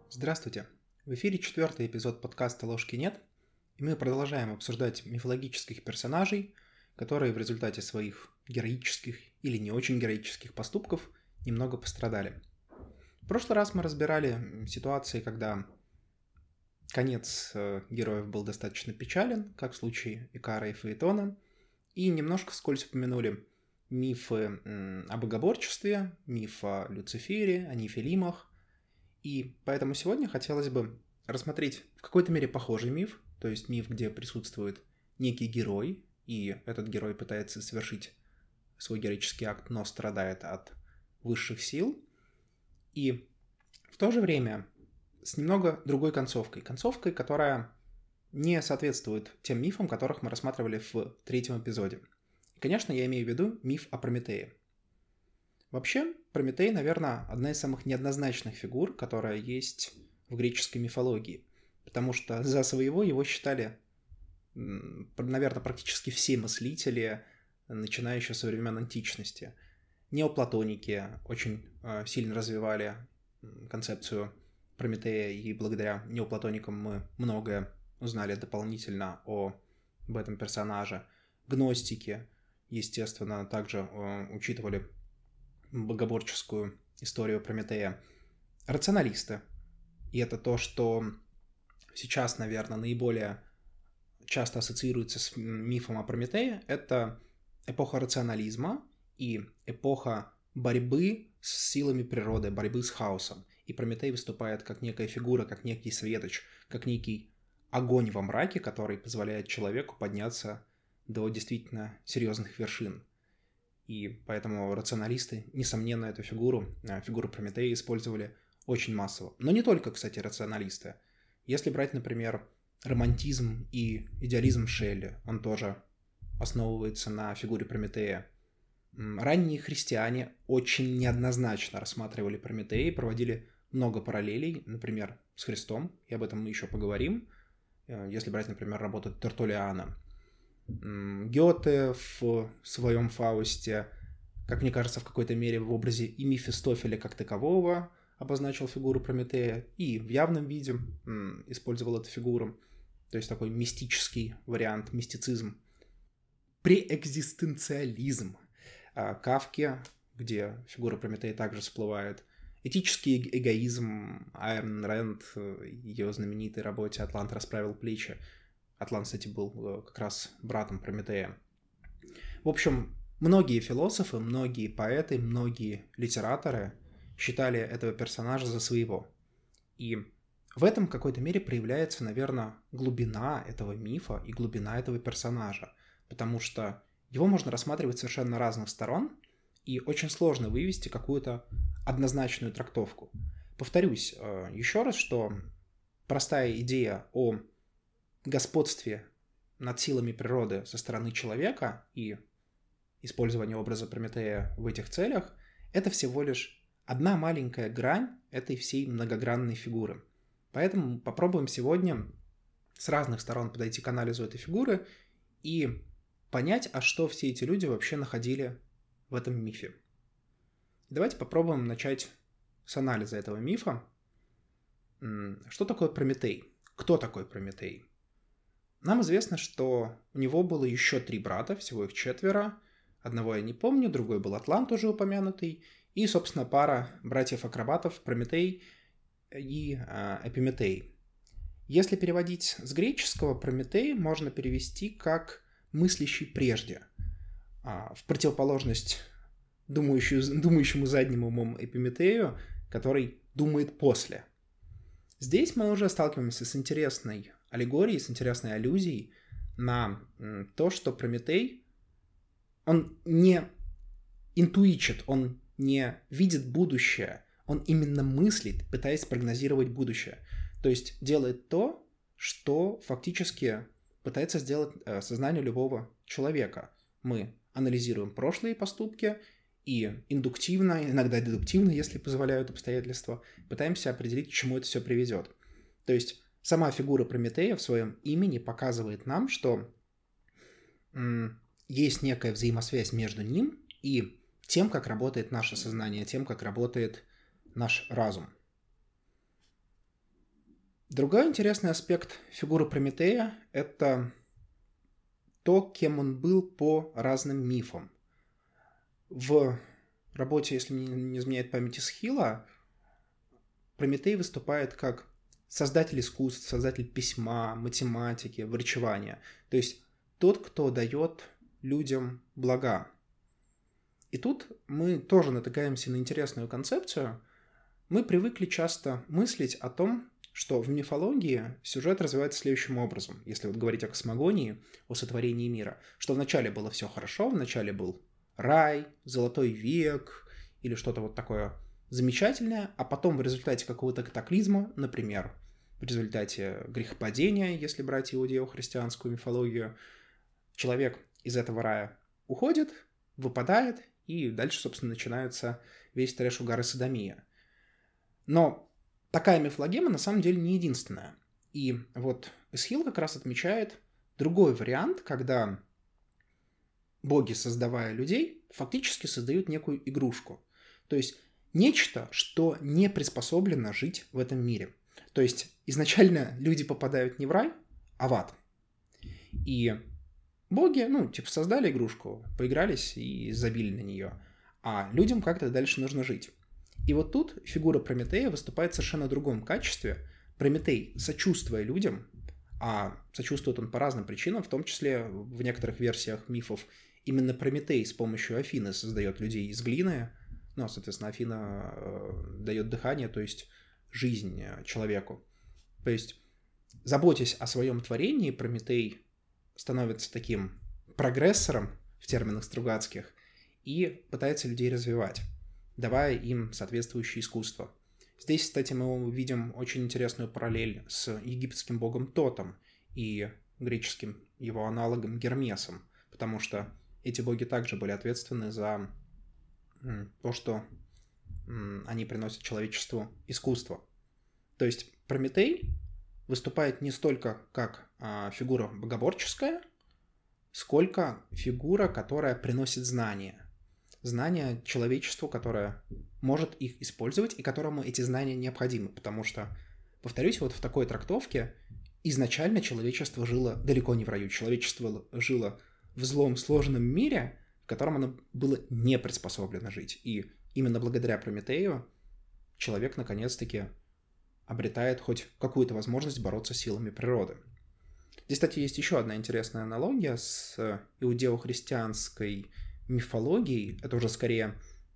Здравствуйте! В эфире 4-й эпизод подкаста «Ложки нет», и мы продолжаем обсуждать мифологических персонажей, которые в результате своих героических или не очень героических поступков немного пострадали. В прошлый раз мы разбирали ситуации, когда конец героев был достаточно печален, как в случае Икара и Фаэтона, и немножко вскользь упомянули мифы о богоборчестве, миф о Люцифере, о Нефилимах. И поэтому сегодня хотелось бы рассмотреть в какой-то мере похожий миф, то есть миф, где присутствует некий герой, и этот герой пытается совершить свой героический акт, но страдает от высших сил, и в то же время с немного другой концовкой. Концовкой, которая не соответствует тем мифам, которых мы рассматривали в 3-м эпизоде. И, конечно, я имею в виду миф о Прометее. Вообще, Прометей, наверное, одна из самых неоднозначных фигур, которая есть в греческой мифологии, потому что за своего его считали, наверное, практически все мыслители, начиная еще со времен античности. Неоплатоники очень сильно развивали концепцию Прометея, и благодаря неоплатоникам мы многое узнали дополнительно об этом персонаже. Гностики, естественно, также учитывали богоборческую историю Прометея. Рационалисты. И это то, что сейчас, наверное, наиболее часто ассоциируется с мифом о Прометее. Это эпоха рационализма и эпоха борьбы с силами природы, борьбы с хаосом. И Прометей выступает как некая фигура, как некий светоч, как некий огонь во мраке, который позволяет человеку подняться до действительно серьезных вершин. И поэтому рационалисты, несомненно, эту фигуру Прометея использовали очень массово. Но не только, кстати, рационалисты. Если брать, например, романтизм и идеализм Шелли, он тоже основывается на фигуре Прометея. Ранние христиане очень неоднозначно рассматривали Прометея и проводили много параллелей, например, с Христом, и об этом мы еще поговорим. Если брать, например, работу Тертуллиана. Гёте в своем Фаусте, как мне кажется, в какой-то мере в образе и Мефистофеля как такового обозначил фигуру Прометея, и в явном виде использовал эту фигуру. То есть такой мистический вариант, мистицизм. Преэкзистенциализм Кафки, где фигура Прометея также всплывает. Этический эгоизм Айрон Рэнд, ее знаменитой работе «Атлант расправил плечи». Атлант, кстати, был как раз братом Прометея. В общем, многие философы, многие поэты, многие литераторы считали этого персонажа за своего. И в этом в какой-то мере проявляется, наверное, глубина этого мифа и глубина этого персонажа. Потому что его можно рассматривать с совершенно разных сторон, и очень сложно вывести какую-то однозначную трактовку. Повторюсь еще раз, что простая идея о господстве над силами природы со стороны человека и использование образа Прометея в этих целях – это всего лишь одна маленькая грань этой всей многогранной фигуры. Поэтому попробуем сегодня с разных сторон подойти к анализу этой фигуры и понять, а что все эти люди вообще находили в этом мифе. Давайте попробуем начать с анализа этого мифа. Что такое Прометей? Кто такой Прометей? Нам известно, что у него было еще 3 брата, всего их 4. Одного я не помню, другой был Атлант, уже упомянутый, и, собственно, пара братьев-акробатов Прометей и Эпиметей. Если переводить с греческого, Прометей можно перевести как «мыслящий прежде», в противоположность думающему задним умом Эпиметею, который думает после. Здесь мы уже сталкиваемся с интересной аллегорией, с интересной аллюзией на то, что Прометей, он не интуичит, он не видит будущее, он именно мыслит, пытаясь прогнозировать будущее. То есть делает то, что фактически пытается сделать сознание любого человека. Мы анализируем прошлые поступки и индуктивно, иногда дедуктивно, если позволяют обстоятельства, пытаемся определить, к чему это все приведет. То есть сама фигура Прометея в своем имени показывает нам, что есть некая взаимосвязь между ним и тем, как работает наше сознание, тем, как работает наш разум. Другой интересный аспект фигуры Прометея — это то, кем он был по разным мифам. В работе, если мне не изменяет память, Эсхила, Прометей выступает как создатель искусств, создатель письма, математики, врачевания. То есть тот, кто дает людям блага. И тут мы тоже натыкаемся на интересную концепцию. Мы привыкли часто мыслить о том, что в мифологии сюжет развивается следующим образом. Если вот говорить о космогонии, о сотворении мира, что вначале было все хорошо, вначале был рай, золотой век или что-то вот такое замечательное, а потом в результате какого-то катаклизма, например, в результате грехопадения, если брать иудео-христианскую мифологию, человек из этого рая уходит, выпадает, и дальше, собственно, начинается весь трэш, угар и содомия. Но такая мифологема на самом деле не единственная. И вот Эсхил как раз отмечает другой вариант, когда боги, создавая людей, фактически создают некую игрушку. То есть нечто, что не приспособлено жить в этом мире. То есть изначально люди попадают не в рай, а в ад. И боги, создали игрушку, поигрались и забили на нее. А людям как-то дальше нужно жить. И вот тут фигура Прометея выступает в совершенно другом качестве. Прометей, сочувствуя людям, а сочувствует он по разным причинам, в том числе в некоторых версиях мифов именно Прометей с помощью Афины создает людей из глины, соответственно, Афина дает дыхание, то есть жизнь человеку. То есть, заботясь о своем творении, Прометей становится таким прогрессором в терминах Стругацких и пытается людей развивать, давая им соответствующее искусство. Здесь, кстати, мы видим очень интересную параллель с египетским богом Тотом и греческим его аналогом Гермесом, потому что эти боги также были ответственны за то, что они приносят человечеству искусство. То есть Прометей выступает не столько как фигура богоборческая, сколько фигура, которая приносит знания. Знания человечеству, которое может их использовать и которому эти знания необходимы. Потому что, повторюсь, вот в такой трактовке изначально человечество жило далеко не в раю. Человечество жило в злом, сложном мире, в котором оно было не приспособлено жить. И именно благодаря Прометею человек наконец-таки обретает хоть какую-то возможность бороться с силами природы. Здесь, кстати, есть еще одна интересная аналогия с иудео-христианской мифологией. Это уже скорее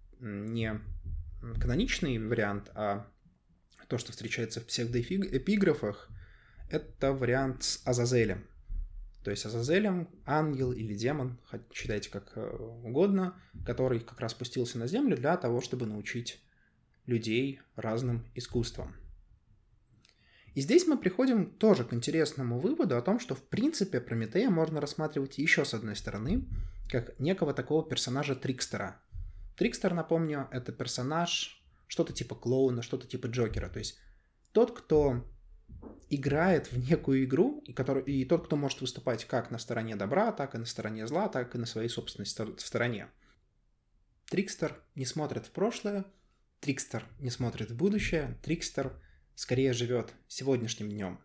не каноничный вариант, а то, что встречается в псевдоэпиграфах, это вариант с Азазелем. То есть Азазелем ангел или демон, считайте как угодно, который как раз спустился на землю для того, чтобы научить людей разным искусствам. И здесь мы приходим тоже к интересному выводу о том, что в принципе Прометея можно рассматривать еще с одной стороны, как некого такого персонажа-трикстера. Трикстер, напомню, это персонаж что-то типа клоуна, что-то типа Джокера. То есть тот, кто играет в некую игру, и тот, кто может выступать как на стороне добра, так и на стороне зла, так и на своей собственной стороне. Трикстер не смотрит в прошлое, трикстер не смотрит в будущее, трикстер скорее живет сегодняшним днем.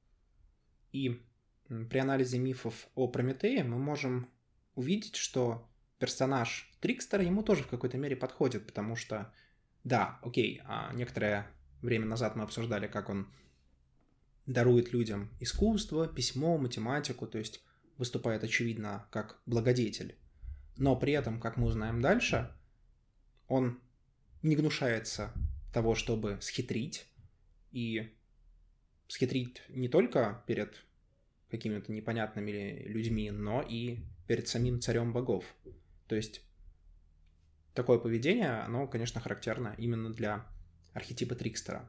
И при анализе мифов о Прометее мы можем увидеть, что персонаж Трикстера ему тоже в какой-то мере подходит, потому что, да, окей, некоторое время назад мы обсуждали, как он дарует людям искусство, письмо, математику, то есть выступает, очевидно, как благодетель. Но при этом, как мы узнаем дальше, он не гнушается того, чтобы схитрить, и схитрить не только перед какими-то непонятными людьми, но и перед самим царем богов. То есть такое поведение, оно, конечно, характерно именно для архетипа Трикстера.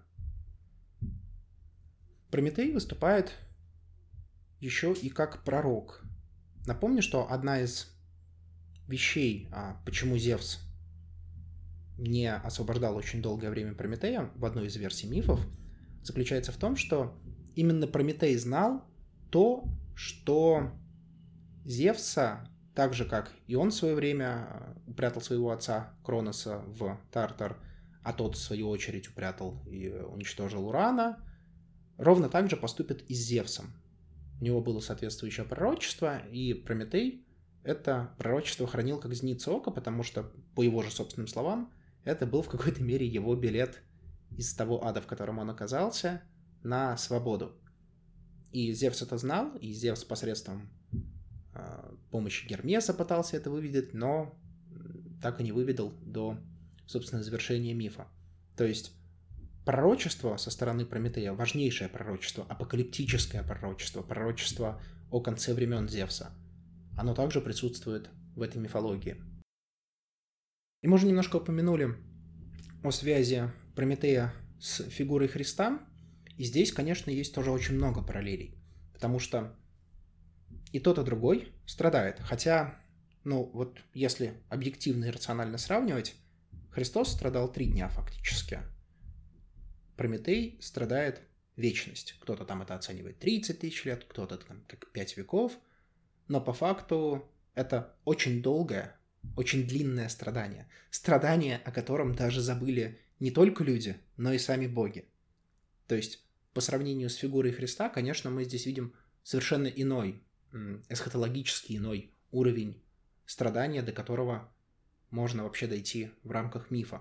Прометей выступает еще и как пророк. Напомню, что одна из вещей, почему Зевс не освобождал очень долгое время Прометея в одной из версий мифов, заключается в том, что именно Прометей знал то, что Зевса, так же как и он в свое время упрятал своего отца Кроноса в Тартар, а тот, в свою очередь, упрятал и уничтожил Урана, ровно так же поступит и с Зевсом. У него было соответствующее пророчество, и Прометей это пророчество хранил как зеницу ока, потому что, по его же собственным словам, это был в какой-то мере его билет из того ада, в котором он оказался, на свободу. И Зевс это знал, и Зевс посредством помощи Гермеса пытался это выведать, но так и не выведал до, собственно, завершения мифа. То есть пророчество со стороны Прометея, важнейшее пророчество, апокалиптическое пророчество о конце времен Зевса, оно также присутствует в этой мифологии. И мы уже немножко упомянули о связи Прометея с фигурой Христа, и здесь, конечно, есть тоже очень много параллелей, потому что и тот, и другой страдает, хотя, вот если объективно и рационально сравнивать, Христос страдал 3 дня фактически. Прометей страдает вечность. Кто-то там это оценивает 30 тысяч лет, кто-то там как 5 веков, но по факту это очень долгое, очень длинное страдание. Страдание, о котором даже забыли не только люди, но и сами боги. То есть по сравнению с фигурой Христа, конечно, мы здесь видим совершенно иной, эсхатологический иной уровень страдания, до которого можно вообще дойти в рамках мифа.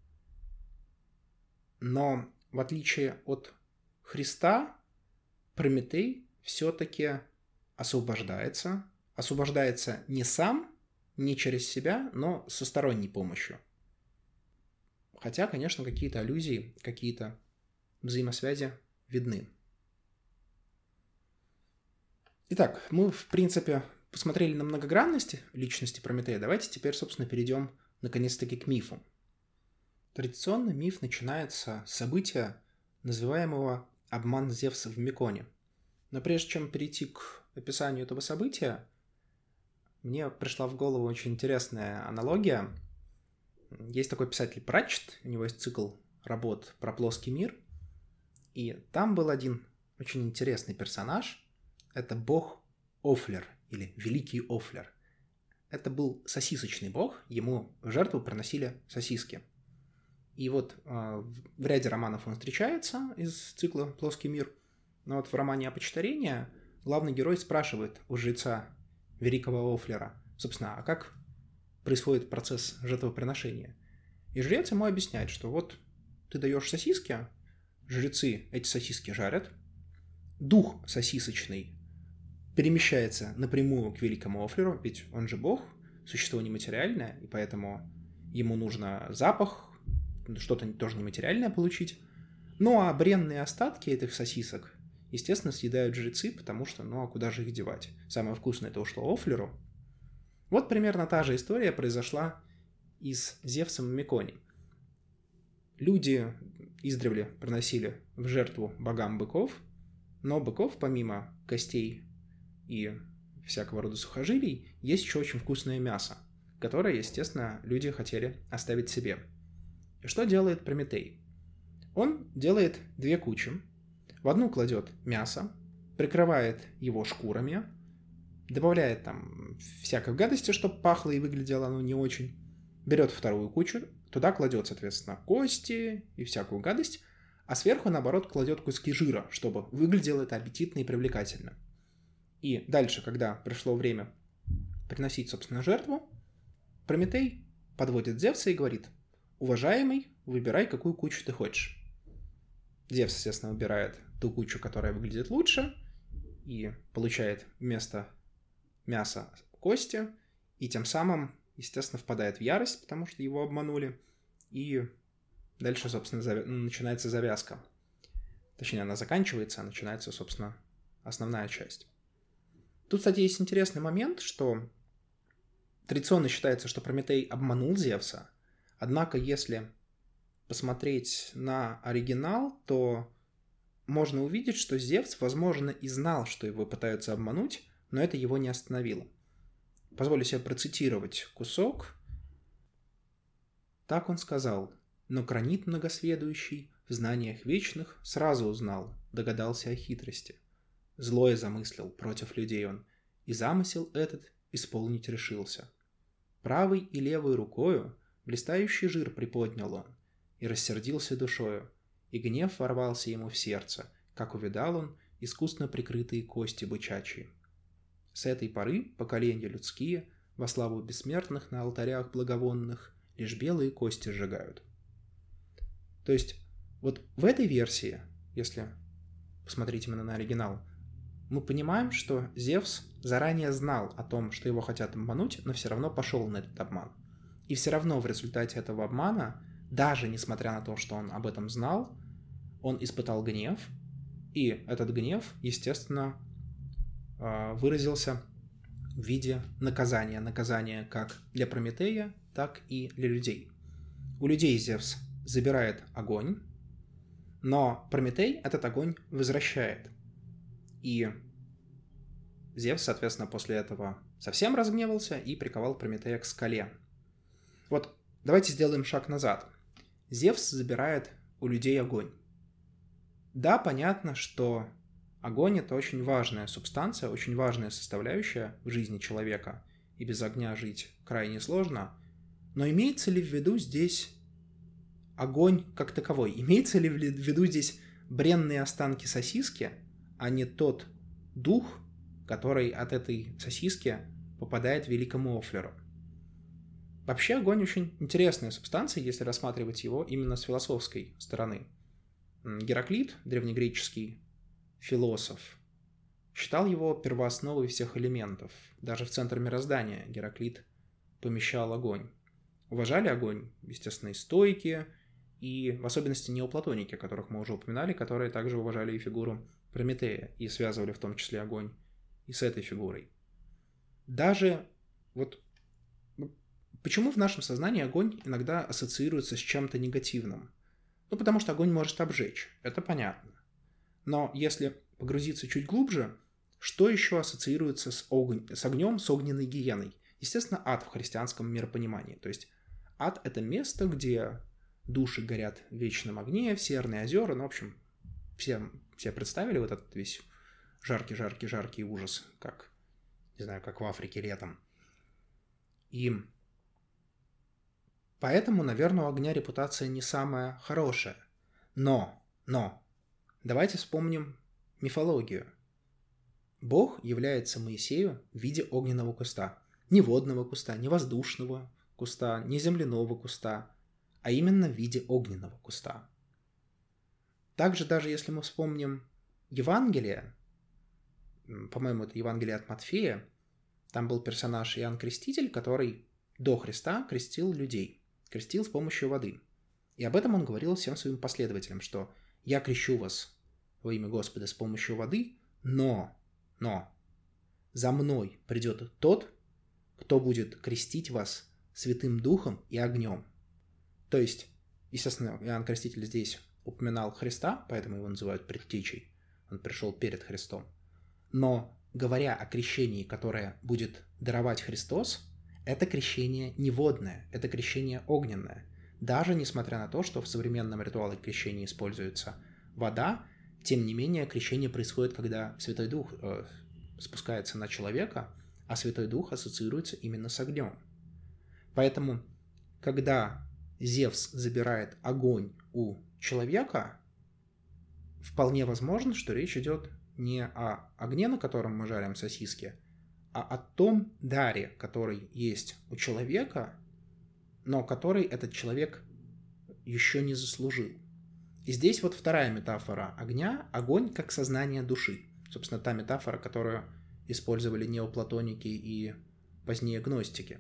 Но в отличие от Христа, Прометей все-таки освобождается не сам, не через себя, но со сторонней помощью. Хотя, конечно, какие-то аллюзии, какие-то взаимосвязи видны. Итак, мы, в принципе, посмотрели на многогранность личности Прометея. Давайте теперь, собственно, перейдем наконец-таки к мифу. Традиционно миф начинается с события, называемого «обман Зевса в Миконе». Но прежде чем перейти к описанию этого события, мне пришла в голову очень интересная аналогия. Есть такой писатель Пратчетт, у него есть цикл работ про плоский мир, и там был один очень интересный персонаж. Это бог Офлер, или Великий Офлер. Это был сосисочный бог, ему в жертву приносили сосиски. И вот в ряде романов он встречается из цикла «Плоский мир», но вот в романе «Опочтарение» главный герой спрашивает у жреца Великого Офлера, собственно, а как происходит процесс жертвоприношения? И жрец ему объясняет, что вот ты даешь сосиски, жрецы эти сосиски жарят, дух сосисочный перемещается напрямую к Великому Офлеру, ведь он же бог, существо нематериальное, и поэтому ему нужно запах, что-то тоже нематериальное получить. Ну а бренные остатки этих сосисок, естественно, съедают жрецы, потому что, а куда же их девать? Самое вкусное это ушло Офлеру. Вот примерно та же история произошла и с Зевсом в Миконе. Люди издревле приносили в жертву богам быков, но быков, помимо костей и всякого рода сухожилий, есть еще очень вкусное мясо, которое, естественно, люди хотели оставить себе. И что делает Прометей? Он делает 2 кучи. В одну кладет мясо, прикрывает его шкурами, добавляет там всякой гадости, чтобы пахло и выглядело оно не очень. Берет вторую кучу, туда кладет, соответственно, кости и всякую гадость, а сверху, наоборот, кладет куски жира, чтобы выглядело это аппетитно и привлекательно. И дальше, когда пришло время приносить, собственно, жертву, Прометей подводит Зевса и говорит: «Уважаемый, выбирай, какую кучу ты хочешь». Зевс, естественно, выбирает ту кучу, которая выглядит лучше, и получает вместо мяса кости, и тем самым, естественно, впадает в ярость, потому что его обманули, и дальше, собственно, начинается завязка. Точнее, она заканчивается, а начинается, собственно, основная часть. Тут, кстати, есть интересный момент, что традиционно считается, что Прометей обманул Зевса, однако, если посмотреть на оригинал, то можно увидеть, что Зевс, возможно, и знал, что его пытаются обмануть, но это его не остановило. Позволю себе процитировать кусок. Так он сказал: «Но Кранит многосведущий в знаниях вечных сразу узнал, догадался о хитрости. Злое замыслил против людей он, и замысел этот исполнить решился. Правой и левой рукою блистающий жир приподнял он, и рассердился душою, и гнев ворвался ему в сердце, как увидал он искусно прикрытые кости бычачьи. С этой поры поколения людские во славу бессмертных на алтарях благовонных лишь белые кости сжигают. То есть вот в этой версии, если посмотреть именно на оригинал, мы понимаем, что Зевс заранее знал о том, что его хотят обмануть, но все равно пошел на этот обман. И все равно в результате этого обмана, даже несмотря на то, что он об этом знал, он испытал гнев, и этот гнев, естественно, выразился в виде наказания. Наказания как для Прометея, так и для людей. У людей Зевс забирает огонь, но Прометей этот огонь возвращает. И Зевс, соответственно, после этого совсем разгневался и приковал Прометея к скале. Вот давайте сделаем шаг назад. Зевс забирает у людей огонь. Да, понятно, что огонь — это очень важная субстанция, очень важная составляющая в жизни человека, и без огня жить крайне сложно. Но имеется ли в виду здесь огонь как таковой? Имеется ли в виду здесь бренные останки сосиски, а не тот дух, который от этой сосиски попадает великому Офлеру? Вообще огонь очень интересная субстанция, если рассматривать его именно с философской стороны. Гераклит, древнегреческий философ, считал его первоосновой всех элементов. Даже в центр мироздания Гераклит помещал огонь. Уважали огонь, естественно, и стоики, и в особенности неоплатоники, которых мы уже упоминали, которые также уважали и фигуру Прометея, и связывали в том числе огонь и с этой фигурой. Даже вот почему в нашем сознании огонь иногда ассоциируется с чем-то негативным? Ну, потому что огонь может обжечь, это понятно. Но если погрузиться чуть глубже, что еще ассоциируется с огнем, с огненной гиеной? Естественно, ад в христианском миропонимании. То есть ад — это место, где души горят в вечном огне, в серные озера. Ну, в общем, все представили вот этот весь жаркий ужас, как, не знаю, как в Африке летом. И поэтому, наверное, у огня репутация не самая хорошая. Но, давайте вспомним мифологию. Бог является Моисею в виде огненного куста. Не водного куста, не воздушного куста, не земляного куста, а именно в виде огненного куста. Также даже если мы вспомним Евангелие, по-моему, это Евангелие от Матфея, там был персонаж Иоанн Креститель, который до Христа крестил людей, крестил с помощью воды. И об этом он говорил всем своим последователям, что «Я крещу вас во имя Господа с помощью воды, но за мной придет тот, кто будет крестить вас Святым Духом и огнем». То есть, естественно, Иоанн Креститель здесь упоминал Христа, поэтому его называют предтечей. Он пришел перед Христом. Но, говоря о крещении, которое будет даровать Христос, это крещение не водное, это крещение огненное. Даже несмотря на то, что в современном ритуале крещения используется вода, тем не менее крещение происходит, когда Святой Дух спускается на человека, а Святой Дух ассоциируется именно с огнем. Поэтому, когда Зевс забирает огонь у человека, вполне возможно, что речь идет не о огне, на котором мы жарим сосиски, а о том даре, который есть у человека, но который этот человек еще не заслужил. И здесь вот вторая метафора огня – огонь как сознание души. Собственно, та метафора, которую использовали неоплатоники и позднее гностики.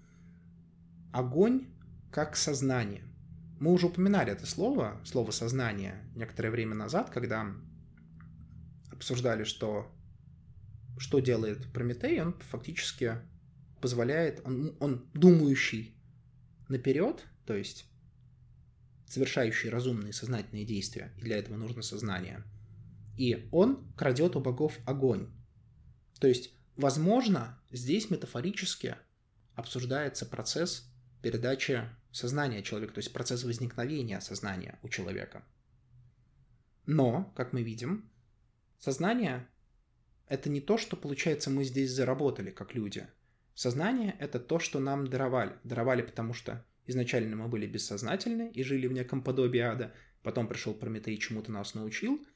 Огонь как сознание. Мы уже упоминали это слово «сознание» некоторое время назад, когда обсуждали, что делает Прометей. Он фактически позволяет, он думающий наперед, то есть совершающий разумные сознательные действия, и для этого нужно сознание. И он крадет у богов огонь. То есть, возможно, здесь метафорически обсуждается процесс передачи сознания человека, то есть процесс возникновения сознания у человека. Но, как мы видим, сознание — это не то, что, получается, мы здесь заработали, как люди. Сознание — это то, что нам даровали. Даровали, потому что изначально мы были бессознательны и жили в неком подобии ада, потом пришел Прометей, чему-то нас научил,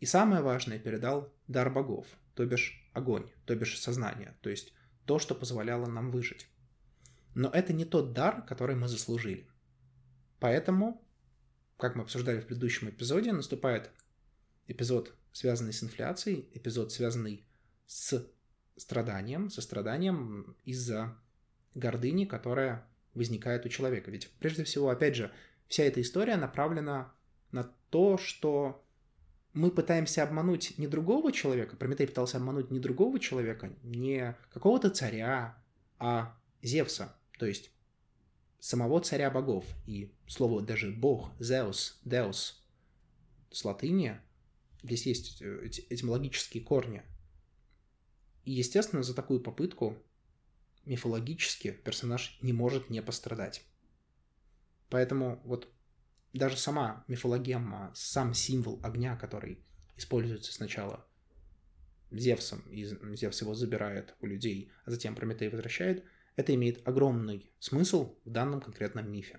И самое важное, передал дар богов, то бишь огонь, то бишь сознание, то есть то, что позволяло нам выжить. Но это не тот дар, который мы заслужили. Поэтому, как мы обсуждали в предыдущем эпизоде, наступает эпизод, связанный с инфляцией, эпизод, связанный с состраданием из-за гордыни, которая возникает у человека. Ведь, прежде всего, опять же, вся эта история направлена на то, что мы пытаемся обмануть не другого человека, Прометей пытался обмануть не другого человека, не какого-то царя, а Зевса, то есть самого царя богов. И слово даже бог, Zeus, Deus, с латыни, здесь есть этимологические корни. И, естественно, за такую попытку мифологически персонаж не может не пострадать. Поэтому вот даже сама мифологема, сам символ огня, который используется сначала Зевсом, и Зевс его забирает у людей, а затем Прометей возвращает, это имеет огромный смысл в данном конкретном мифе.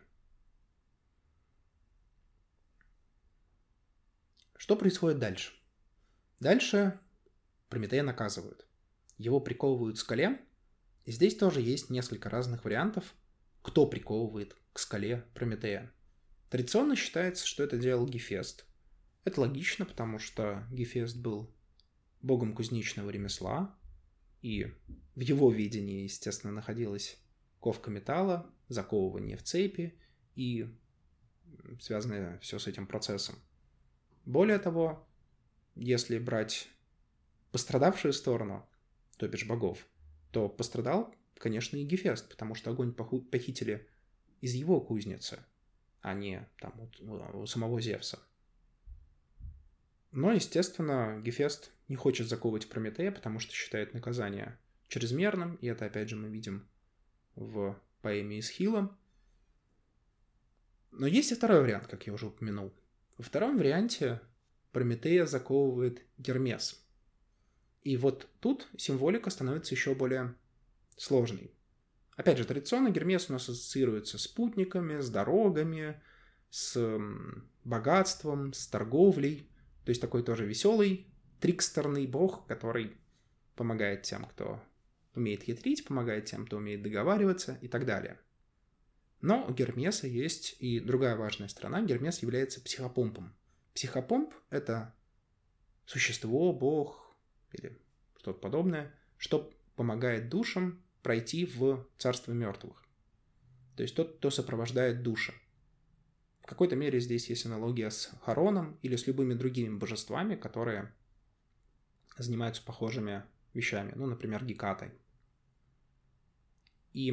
Что происходит дальше? Дальше Прометея наказывают. Его приковывают к скале, и здесь тоже есть несколько разных вариантов, кто приковывает к скале Прометея. Традиционно считается, что это делал Гефест. Это логично, потому что Гефест был богом кузнечного ремесла, и в его видении, естественно, находилась ковка металла, заковывание в цепи и связанное все с этим процессом. Более того, если брать пострадавшую сторону, то бишь богов, то пострадал, конечно, и Гефест, потому что огонь похитили из его кузницы, а не там у самого Зевса. Но, естественно, Гефест не хочет заковывать Прометея, потому что считает наказание чрезмерным, и это, опять же, мы видим в поэме Эсхила. Но есть и второй вариант, как я уже упомянул. Во втором варианте Прометея заковывает Гермес. И вот тут символика становится еще более сложной. Опять же, традиционно Гермес у нас ассоциируется с путниками, с дорогами, с богатством, с торговлей. То есть такой тоже веселый, трикстерный бог, который помогает тем, кто умеет хитрить, помогает тем, кто умеет договариваться и так далее. Но у Гермеса есть и другая важная сторона. Гермес является психопомпом. Психопомп — это существо, бог или что-то подобное, что помогает душам пройти в царство мертвых. То есть тот, кто сопровождает души. В какой-то мере здесь есть аналогия с Хароном или с любыми другими божествами, которые занимаются похожими вещами. Ну, например, Гекатой. И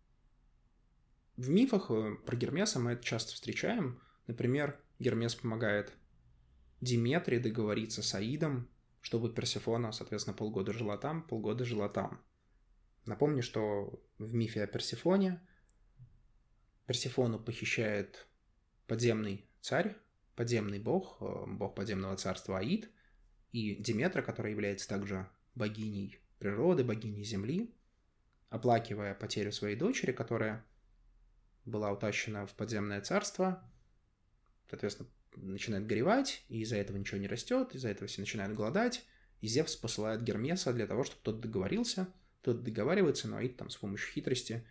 в мифах про Гермеса мы это часто встречаем. Например, Гермес помогает Диметре договориться с Аидом, чтобы Персефона, соответственно, полгода жила там, полгода жила там. Напомню, что в мифе о Персефоне Персефону похищает подземный царь, подземный бог, бог подземного царства Аид, и Диметра, которая является также богиней природы, богиней земли, оплакивая потерю своей дочери, которая была утащена в подземное царство, соответственно, начинает горевать, и из-за этого ничего не растет, из-за этого все начинают голодать, и Зевс посылает Гермеса для того, чтобы тот договорился, тот договаривается, но Аид там с помощью хитрости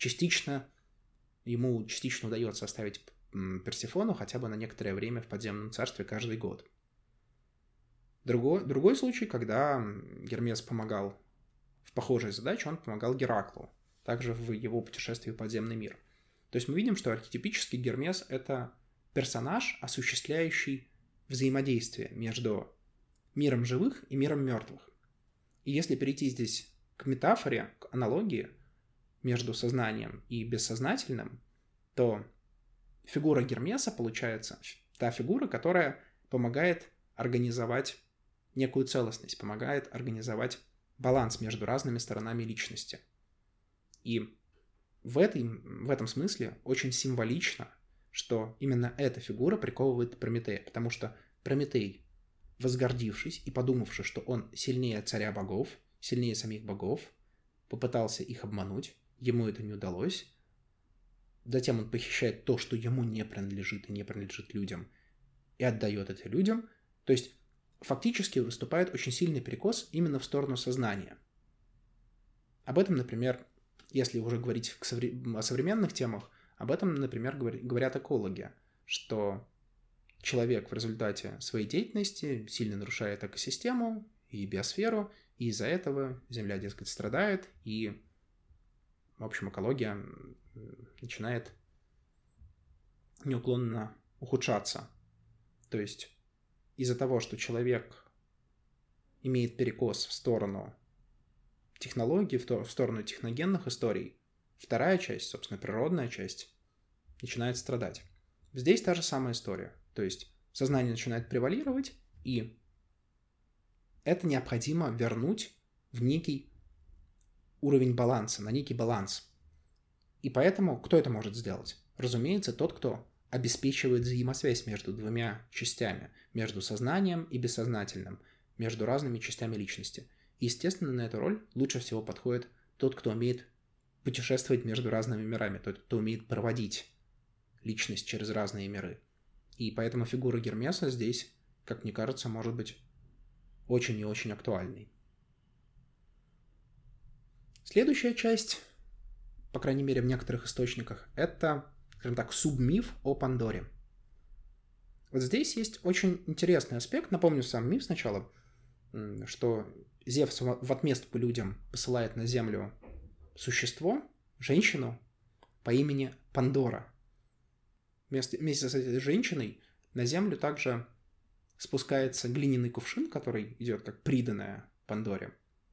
ему частично удается оставить Персефону хотя бы на некоторое время в подземном царстве каждый год. Другой случай, когда Гермес помогал в похожей задаче, он помогал Гераклу, также в его путешествии в подземный мир. То есть мы видим, что архетипический Гермес — это персонаж, осуществляющий взаимодействие между миром живых и миром мертвых. И если перейти здесь к метафоре, к аналогии между сознанием и бессознательным, то фигура Гермеса получается та фигура, которая помогает организовать некую целостность, помогает организовать баланс между разными сторонами личности. И в этом смысле очень символично, что именно эта фигура приковывает Прометея, потому что Прометей, возгордившись и подумавши, что он сильнее царя богов, сильнее самих богов, попытался их обмануть, ему это не удалось. Затем он похищает то, что ему не принадлежит и не принадлежит людям, и отдает это людям. То есть фактически выступает очень сильный перекос именно в сторону сознания. Об этом, например, если уже говорить о современных темах, об этом, например, говорят экологи, что человек в результате своей деятельности сильно нарушает экосистему и биосферу, и из-за этого Земля, дескать, страдает, и, в общем, экология начинает неуклонно ухудшаться. То есть из-за того, что человек имеет перекос в сторону технологий, в сторону техногенных историй, вторая часть, собственно, природная часть, начинает страдать. Здесь та же самая история. То есть сознание начинает превалировать, и это необходимо вернуть в некий уровень баланса, на некий баланс. И поэтому кто это может сделать? Разумеется, тот, кто обеспечивает взаимосвязь между двумя частями, между сознанием и бессознательным, между разными частями личности. И, естественно, на эту роль лучше всего подходит тот, кто умеет путешествовать между разными мирами, тот, кто умеет проводить личность через разные миры. И поэтому фигура Гермеса здесь, как мне кажется, может быть очень и очень актуальной. Следующая часть, по крайней мере в некоторых источниках, это, скажем так, субмиф о Пандоре. Вот здесь есть очень интересный аспект. Напомню сам миф сначала, что Зевс в отместку людям посылает на Землю существо, женщину по имени Пандора. Вместе с этой женщиной на Землю также спускается глиняный кувшин, который идет как приданое Пандоре.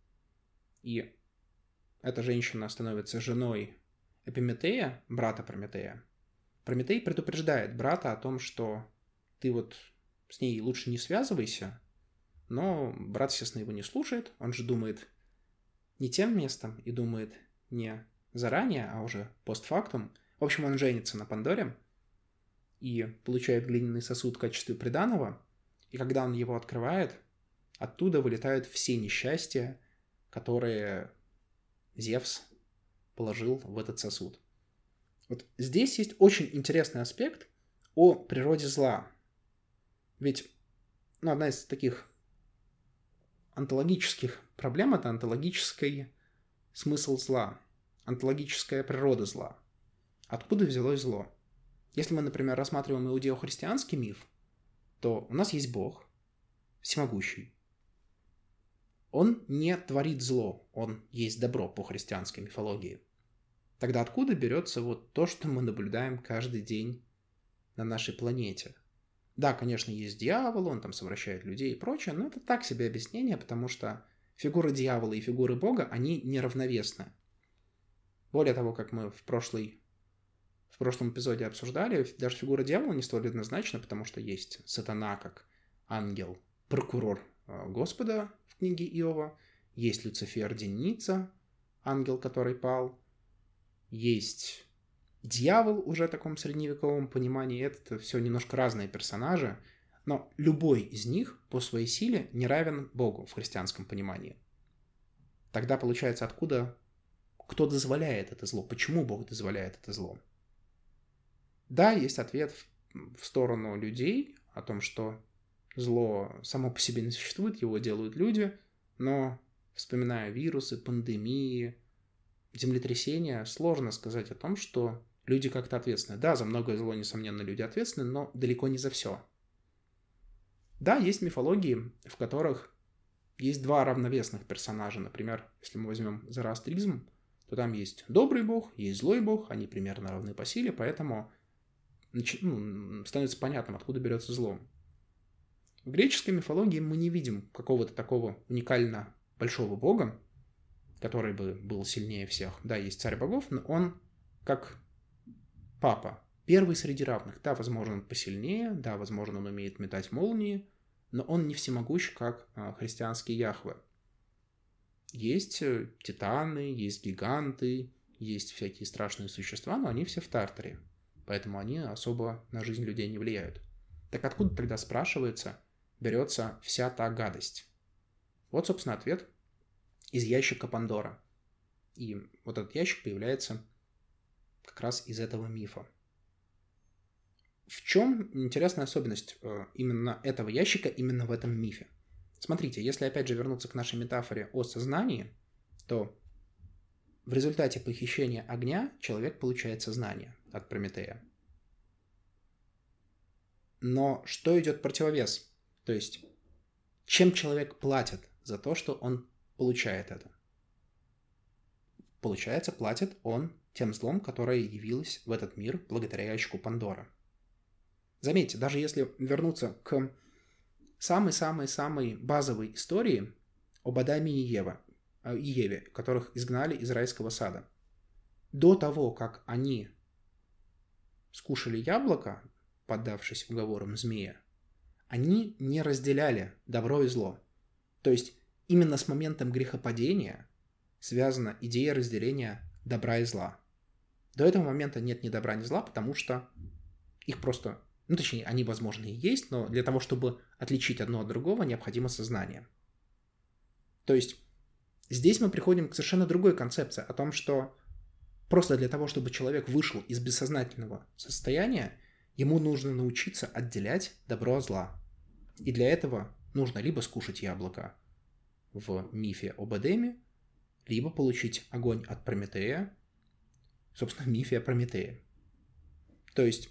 И эта женщина становится женой Эпиметея, брата Прометея. Прометей предупреждает брата о том, что ты вот с ней лучше не связывайся, но брат, естественно, его не слушает, он же думает не тем местом и думает не заранее, а уже постфактум. В общем, он женится на Пандоре и получает глиняный сосуд в качестве приданого, и когда он его открывает, оттуда вылетают все несчастья, которые Зевс положил в этот сосуд. Вот здесь есть очень интересный аспект о природе зла. Ведь одна из таких онтологических проблем — это онтологический смысл зла, онтологическая природа зла. Откуда взялось зло? Если мы, например, рассматриваем иудео-христианский миф, то у нас есть Бог, всемогущий. Он не творит зло, он есть добро по христианской мифологии. Тогда откуда берется вот то, что мы наблюдаем каждый день на нашей планете? Да, конечно, есть дьявол, он там совращает людей и прочее, но это так себе объяснение, потому что фигуры дьявола и фигуры Бога, они неравновесны. Более того, как мы в прошлом эпизоде обсуждали, даже фигура дьявола не столь однозначна, потому что есть сатана как ангел, прокурор Господа в книге Иова, есть Люцифер Деница, ангел, который пал, есть дьявол уже в таком средневековом понимании. Это все немножко разные персонажи, но любой из них по своей силе не равен Богу в христианском понимании. Тогда получается, кто дозволяет это зло, почему Бог дозволяет это зло? Да, есть ответ в сторону людей о том, что зло само по себе не существует, его делают люди, но, вспоминая вирусы, пандемии, землетрясения, сложно сказать о том, что люди как-то ответственны. Да, за многое зло, несомненно, люди ответственны, но далеко не за все. Да, есть мифологии, в которых есть два равновесных персонажа. Например, если мы возьмем зороастризм, то там есть добрый бог, есть злой бог, они примерно равны по силе, поэтому становится понятным, откуда берется зло. В греческой мифологии мы не видим какого-то такого уникально большого бога, который бы был сильнее всех. Да, есть царь богов, но он как папа, первый среди равных. Да, возможно, он посильнее, да, возможно, он умеет метать молнии, но он не всемогущ, как христианский Яхве. Есть титаны, есть гиганты, есть всякие страшные существа, но они все в Тартаре, поэтому они особо на жизнь людей не влияют. Так откуда тогда, спрашивается, берется вся та гадость? Вот, собственно, ответ из ящика Пандора. И вот этот ящик появляется как раз из этого мифа. В чем интересная особенность именно этого ящика, именно в этом мифе? Смотрите, если опять же вернуться к нашей метафоре о сознании, то в результате похищения огня человек получает сознание от Прометея. Но что идет противовес? То есть, чем человек платит за то, что он получает это? Получается, платит он тем злом, которое явилось в этот мир благодаря ящику Пандоры. Заметьте, даже если вернуться к самой-самой-самой базовой истории об Адаме и Еве, которых изгнали из райского сада. До того, как они скушали яблоко, поддавшись уговорам змея, они не разделяли добро и зло. То есть именно с моментом грехопадения связана идея разделения добра и зла. До этого момента нет ни добра, ни зла, потому что их просто... точнее, они, возможно, и есть, но для того, чтобы отличить одно от другого, необходимо сознание. То есть здесь мы приходим к совершенно другой концепции, о том, что просто для того, чтобы человек вышел из бессознательного состояния, ему нужно научиться отделять добро от зла. И для этого нужно либо скушать яблоко в мифе об Эдеме, либо получить огонь от Прометея, собственно, в мифе о Прометее. То есть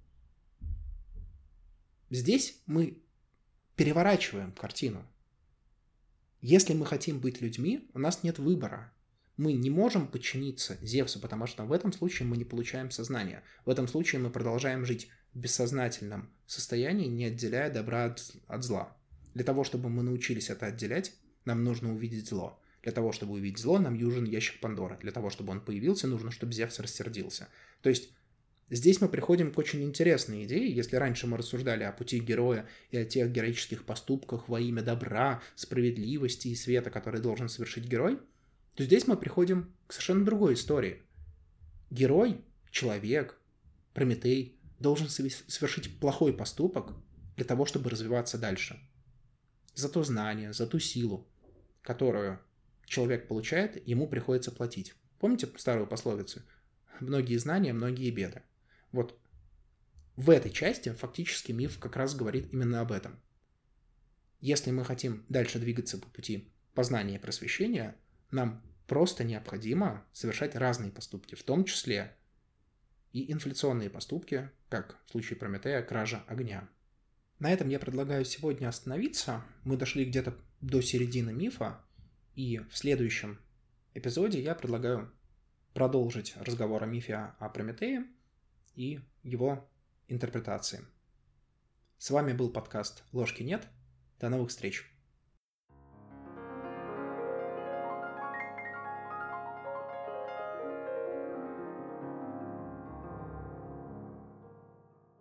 здесь мы переворачиваем картину. Если мы хотим быть людьми, у нас нет выбора. Мы не можем подчиниться Зевсу, потому что в этом случае мы не получаем сознание. В этом случае мы продолжаем жить в бессознательном состоянии, не отделяя добра от зла. Для того, чтобы мы научились это отделять, нам нужно увидеть зло. Для того, чтобы увидеть зло, нам нужен ящик Пандоры. Для того, чтобы он появился, нужно, чтобы Зевс рассердился. То есть здесь мы приходим к очень интересной идее. Если раньше мы рассуждали о пути героя и о тех героических поступках во имя добра, справедливости и света, которые должен совершить герой, то здесь мы приходим к совершенно другой истории. Герой, человек, Прометей должен совершить плохой поступок для того, чтобы развиваться дальше. За то знание, за ту силу, которую человек получает, ему приходится платить. Помните старую пословицу? Многие знания, многие беды. Вот в этой части фактически миф как раз говорит именно об этом. Если мы хотим дальше двигаться по пути познания и просвещения, нам просто необходимо совершать разные поступки, в том числе и инфляционные поступки, как в случае Прометея, кража огня. На этом я предлагаю сегодня остановиться. Мы дошли где-то до середины мифа, и в следующем эпизоде я предлагаю продолжить разговор о мифе о Прометее и его интерпретации. С вами был подкаст «Ложки нет». До новых встреч!